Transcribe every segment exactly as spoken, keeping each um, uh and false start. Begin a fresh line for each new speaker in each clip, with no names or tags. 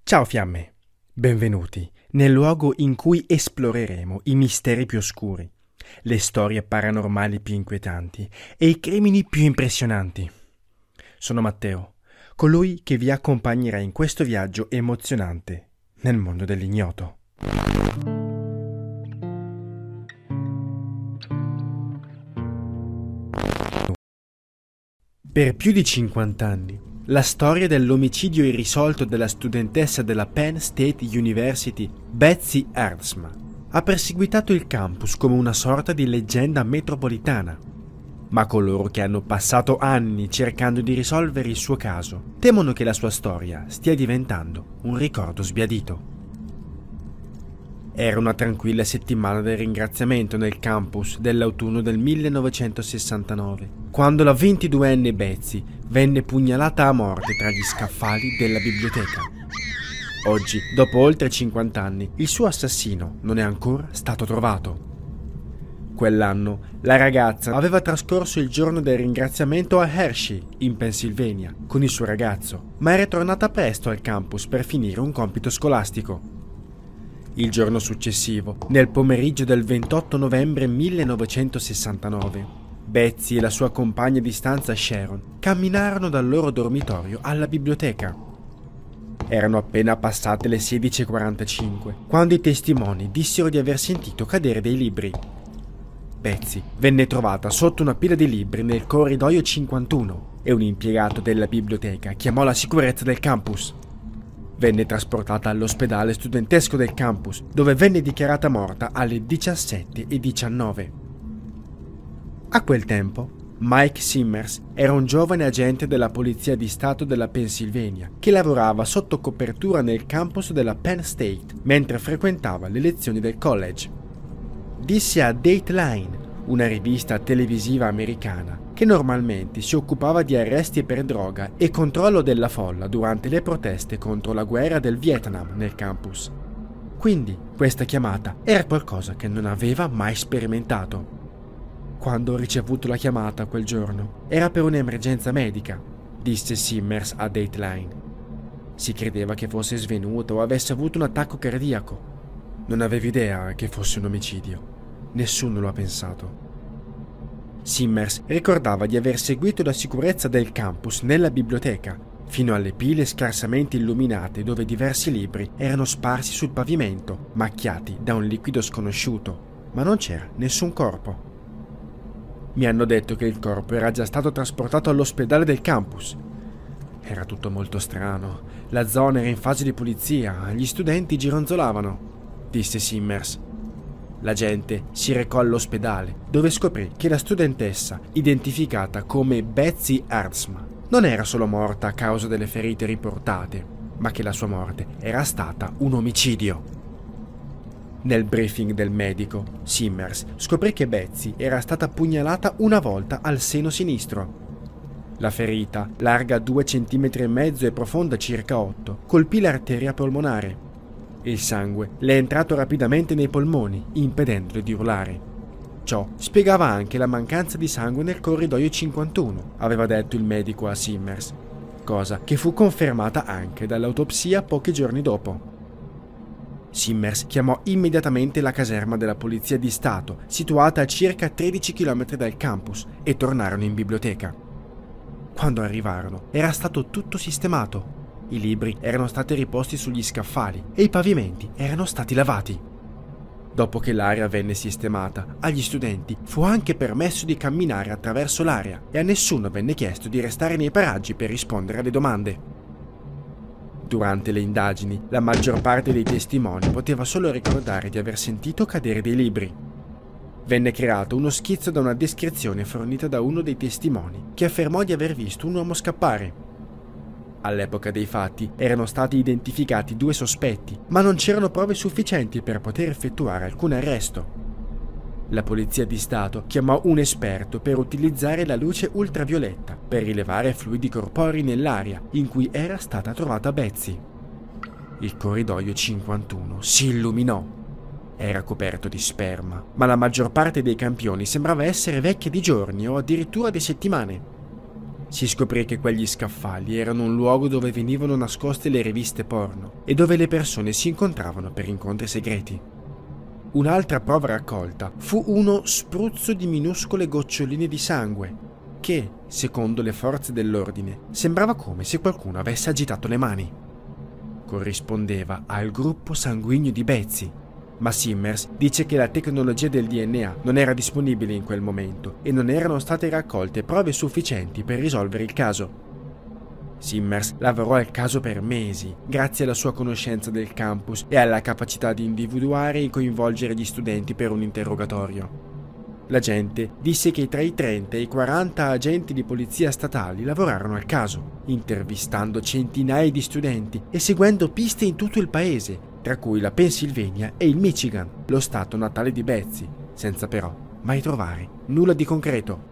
Ciao fiamme, benvenuti nel luogo in cui esploreremo i misteri più oscuri, le storie paranormali più inquietanti e i crimini più impressionanti. Sono Matteo, colui che vi accompagnerà in questo viaggio emozionante nel mondo dell'ignoto. Per più di cinquanta anni, la storia dell'omicidio irrisolto della studentessa della Penn State University, Betsy Ardsma, ha perseguitato il campus come una sorta di leggenda metropolitana. Ma coloro che hanno passato anni cercando di risolvere il suo caso temono che la sua storia stia diventando un ricordo sbiadito. Era una tranquilla settimana del ringraziamento nel campus dell'autunno del millenovecentosessantanove, quando la ventiduenne Betsy venne pugnalata a morte tra gli scaffali della biblioteca. Oggi, dopo oltre cinquanta anni, il suo assassino non è ancora stato trovato. Quell'anno, la ragazza aveva trascorso il giorno del ringraziamento a Hershey, in Pennsylvania, con il suo ragazzo, ma era tornata presto al campus per finire un compito scolastico. Il giorno successivo, nel pomeriggio del ventotto novembre millenovecentosessantanove, Betsy e la sua compagna di stanza Sharon camminarono dal loro dormitorio alla biblioteca. Erano appena passate le sedici e quarantacinque quando i testimoni dissero di aver sentito cadere dei libri. Betsy venne trovata sotto una pila di libri nel corridoio cinquantuno e un impiegato della biblioteca chiamò la sicurezza del campus. Venne trasportata all'ospedale studentesco del campus, dove venne dichiarata morta alle diciassette e diciannove. A quel tempo, Mike Simmers era un giovane agente della Polizia di Stato della Pennsylvania che lavorava sotto copertura nel campus della Penn State mentre frequentava le lezioni del college. Disse a Dateline, una rivista televisiva americana, che normalmente si occupava di arresti per droga e controllo della folla durante le proteste contro la guerra del Vietnam nel campus. Quindi questa chiamata era qualcosa che non aveva mai sperimentato. Quando ho ricevuto la chiamata quel giorno era per un'emergenza medica, disse Simmers a Dateline. Si credeva che fosse svenuto o avesse avuto un attacco cardiaco. Non avevo idea che fosse un omicidio. Nessuno lo ha pensato. Simmers ricordava di aver seguito la sicurezza del campus nella biblioteca, fino alle pile scarsamente illuminate dove diversi libri erano sparsi sul pavimento, macchiati da un liquido sconosciuto, ma non c'era nessun corpo. Mi hanno detto che il corpo era già stato trasportato all'ospedale del campus. Era tutto molto strano. La zona era in fase di pulizia, gli studenti gironzolavano, disse Simmers. La gente si recò all'ospedale, dove scoprì che la studentessa, identificata come Betsy Ardsma, non era solo morta a causa delle ferite riportate, ma che la sua morte era stata un omicidio. Nel briefing del medico, Simmers scoprì che Betsy era stata pugnalata una volta al seno sinistro. La ferita, larga due centimetri e mezzo e profonda circa otto, colpì l'arteria polmonare. Il sangue le è entrato rapidamente nei polmoni, impedendole di urlare. Ciò spiegava anche la mancanza di sangue nel corridoio cinquantuno, aveva detto il medico a Simmers, cosa che fu confermata anche dall'autopsia pochi giorni dopo. Simmers chiamò immediatamente la caserma della Polizia di Stato, situata a circa tredici chilometri dal campus, e tornarono in biblioteca. Quando arrivarono, era stato tutto sistemato. I libri erano stati riposti sugli scaffali e i pavimenti erano stati lavati. Dopo che l'area venne sistemata, agli studenti fu anche permesso di camminare attraverso l'area e a nessuno venne chiesto di restare nei paraggi per rispondere alle domande. Durante le indagini, la maggior parte dei testimoni poteva solo ricordare di aver sentito cadere dei libri. Venne creato uno schizzo da una descrizione fornita da uno dei testimoni, che affermò di aver visto un uomo scappare. All'epoca dei fatti erano stati identificati due sospetti, ma non c'erano prove sufficienti per poter effettuare alcun arresto. La Polizia di Stato chiamò un esperto per utilizzare la luce ultravioletta per rilevare fluidi corporei nell'area in cui era stata trovata Betsy. Il corridoio cinquantuno si illuminò. Era coperto di sperma, ma la maggior parte dei campioni sembrava essere vecchie di giorni o addirittura di settimane. Si scoprì che quegli scaffali erano un luogo dove venivano nascoste le riviste porno e dove le persone si incontravano per incontri segreti. Un'altra prova raccolta fu uno spruzzo di minuscole goccioline di sangue che, secondo le forze dell'ordine, sembrava come se qualcuno avesse agitato le mani. Corrispondeva al gruppo sanguigno di Betsy, ma Simmers dice che la tecnologia del D N A non era disponibile in quel momento e non erano state raccolte prove sufficienti per risolvere il caso. Simmers lavorò al caso per mesi, grazie alla sua conoscenza del campus e alla capacità di individuare e coinvolgere gli studenti per un interrogatorio. L'agente disse che tra i trenta e i quaranta agenti di polizia statali lavorarono al caso, intervistando centinaia di studenti e seguendo piste in tutto il paese, tra cui la Pennsylvania e il Michigan, lo stato natale di Betsy, senza però mai trovare nulla di concreto.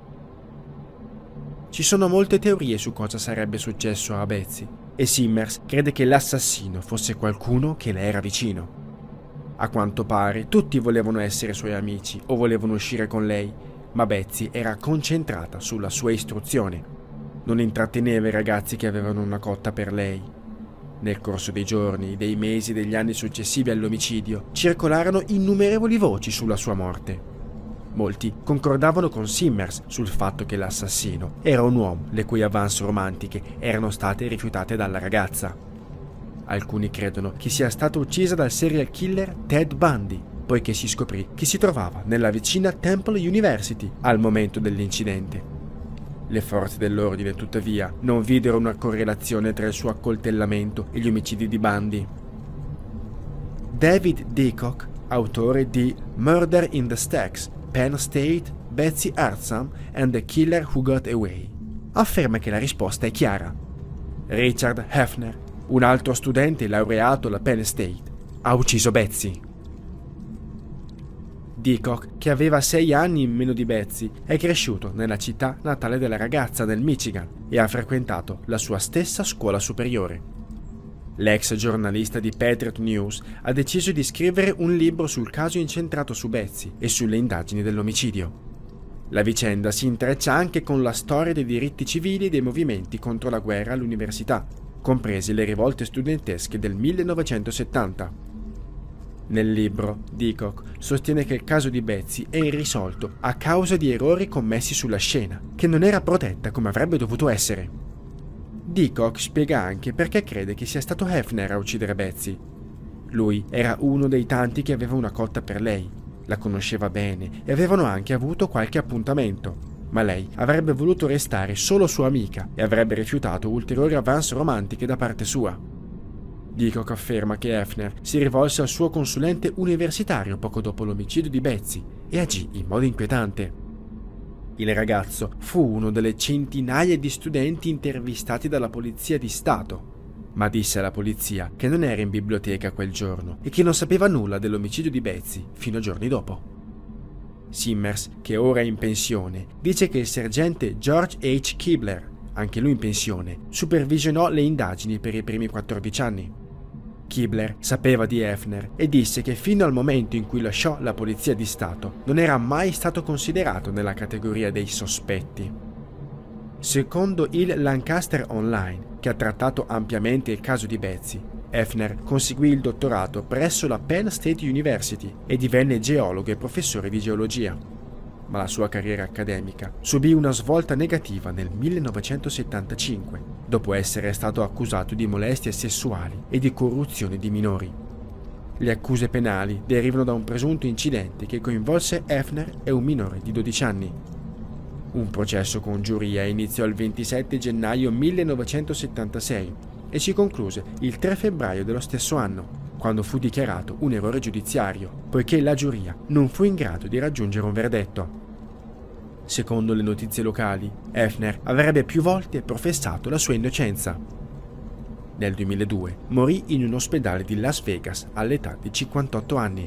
Ci sono molte teorie su cosa sarebbe successo a Betsy e Simmers crede che l'assassino fosse qualcuno che le era vicino. A quanto pare tutti volevano essere suoi amici o volevano uscire con lei, ma Betsy era concentrata sulla sua istruzione. Non intratteneva i ragazzi che avevano una cotta per lei. Nel corso dei giorni, dei mesi e degli anni successivi all'omicidio, circolarono innumerevoli voci sulla sua morte. Molti concordavano con Simmers sul fatto che l'assassino era un uomo le cui avance romantiche erano state rifiutate dalla ragazza. Alcuni credono che sia stata uccisa dal serial killer Ted Bundy, poiché si scoprì che si trovava nella vicina Temple University al momento dell'incidente. Le forze dell'ordine, tuttavia, non videro una correlazione tra il suo accoltellamento e gli omicidi di Bundy. David Deacock, autore di Murder in the Stacks, Penn State, Betsy Artsam and the Killer Who Got Away, afferma che la risposta è chiara. Richard Hefner, un altro studente laureato alla Penn State, ha ucciso Betsy. Deacock, che aveva sei anni in meno di Betsy, è cresciuto nella città natale della ragazza nel Michigan e ha frequentato la sua stessa scuola superiore. L'ex giornalista di Patriot News ha deciso di scrivere un libro sul caso incentrato su Betsy e sulle indagini dell'omicidio. La vicenda si intreccia anche con la storia dei diritti civili e dei movimenti contro la guerra all'università, comprese le rivolte studentesche del millenovecentosettanta. Nel libro, Deacock sostiene che il caso di Betsy è irrisolto a causa di errori commessi sulla scena, che non era protetta come avrebbe dovuto essere. Deacock spiega anche perché crede che sia stato Hefner a uccidere Betsy. Lui era uno dei tanti che aveva una cotta per lei, la conosceva bene e avevano anche avuto qualche appuntamento, ma lei avrebbe voluto restare solo sua amica e avrebbe rifiutato ulteriori avance romantiche da parte sua. Deacock afferma che Hefner si rivolse al suo consulente universitario poco dopo l'omicidio di Betsy e agì in modo inquietante. Il ragazzo fu uno delle centinaia di studenti intervistati dalla polizia di Stato, ma disse alla polizia che non era in biblioteca quel giorno e che non sapeva nulla dell'omicidio di Betsy fino a giorni dopo. Simmers, che ora è in pensione, dice che il sergente George H. Kibler, anche lui in pensione, supervisionò le indagini per i primi quattordici anni. Kibler sapeva di Hefner e disse che fino al momento in cui lasciò la polizia di Stato non era mai stato considerato nella categoria dei sospetti. Secondo il Lancaster Online, che ha trattato ampiamente il caso di Betsy, Hefner conseguì il dottorato presso la Penn State University e divenne geologo e professore di geologia. Ma la sua carriera accademica subì una svolta negativa nel millenovecentosettantacinque, dopo essere stato accusato di molestie sessuali e di corruzione di minori. Le accuse penali derivano da un presunto incidente che coinvolse Hefner e un minore di dodici anni. Un processo con giuria iniziò il ventisette gennaio millenovecentosettantasei e si concluse il tre febbraio dello stesso anno, quando fu dichiarato un errore giudiziario, poiché la giuria non fu in grado di raggiungere un verdetto. Secondo le notizie locali, Hefner avrebbe più volte professato la sua innocenza. Nel duemiladue morì in un ospedale di Las Vegas all'età di cinquantotto anni.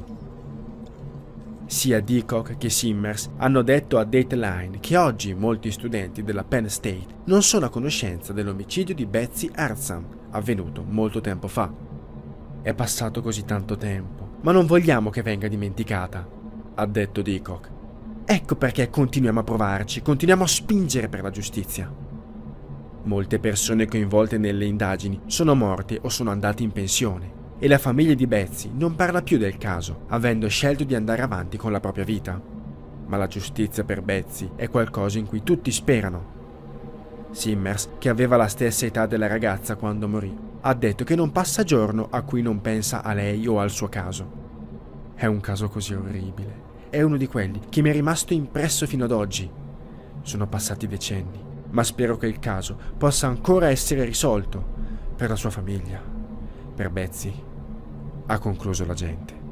Sia Deacock che Simmers hanno detto a Dateline che oggi molti studenti della Penn State non sono a conoscenza dell'omicidio di Betsy Artsam, avvenuto molto tempo fa. È passato così tanto tempo, ma non vogliamo che venga dimenticata, ha detto Deacock. Ecco perché continuiamo a provarci, continuiamo a spingere per la giustizia. Molte persone coinvolte nelle indagini sono morte o sono andate in pensione e la famiglia di Betsy non parla più del caso, avendo scelto di andare avanti con la propria vita. Ma la giustizia per Betsy è qualcosa in cui tutti sperano. Simmers, che aveva la stessa età della ragazza quando morì, ha detto che non passa giorno a cui non pensa a lei o al suo caso. È un caso così orribile. È uno di quelli che mi è rimasto impresso fino ad oggi. Sono passati decenni, ma spero che il caso possa ancora essere risolto per la sua famiglia. Per Betsy, ha concluso l'agente.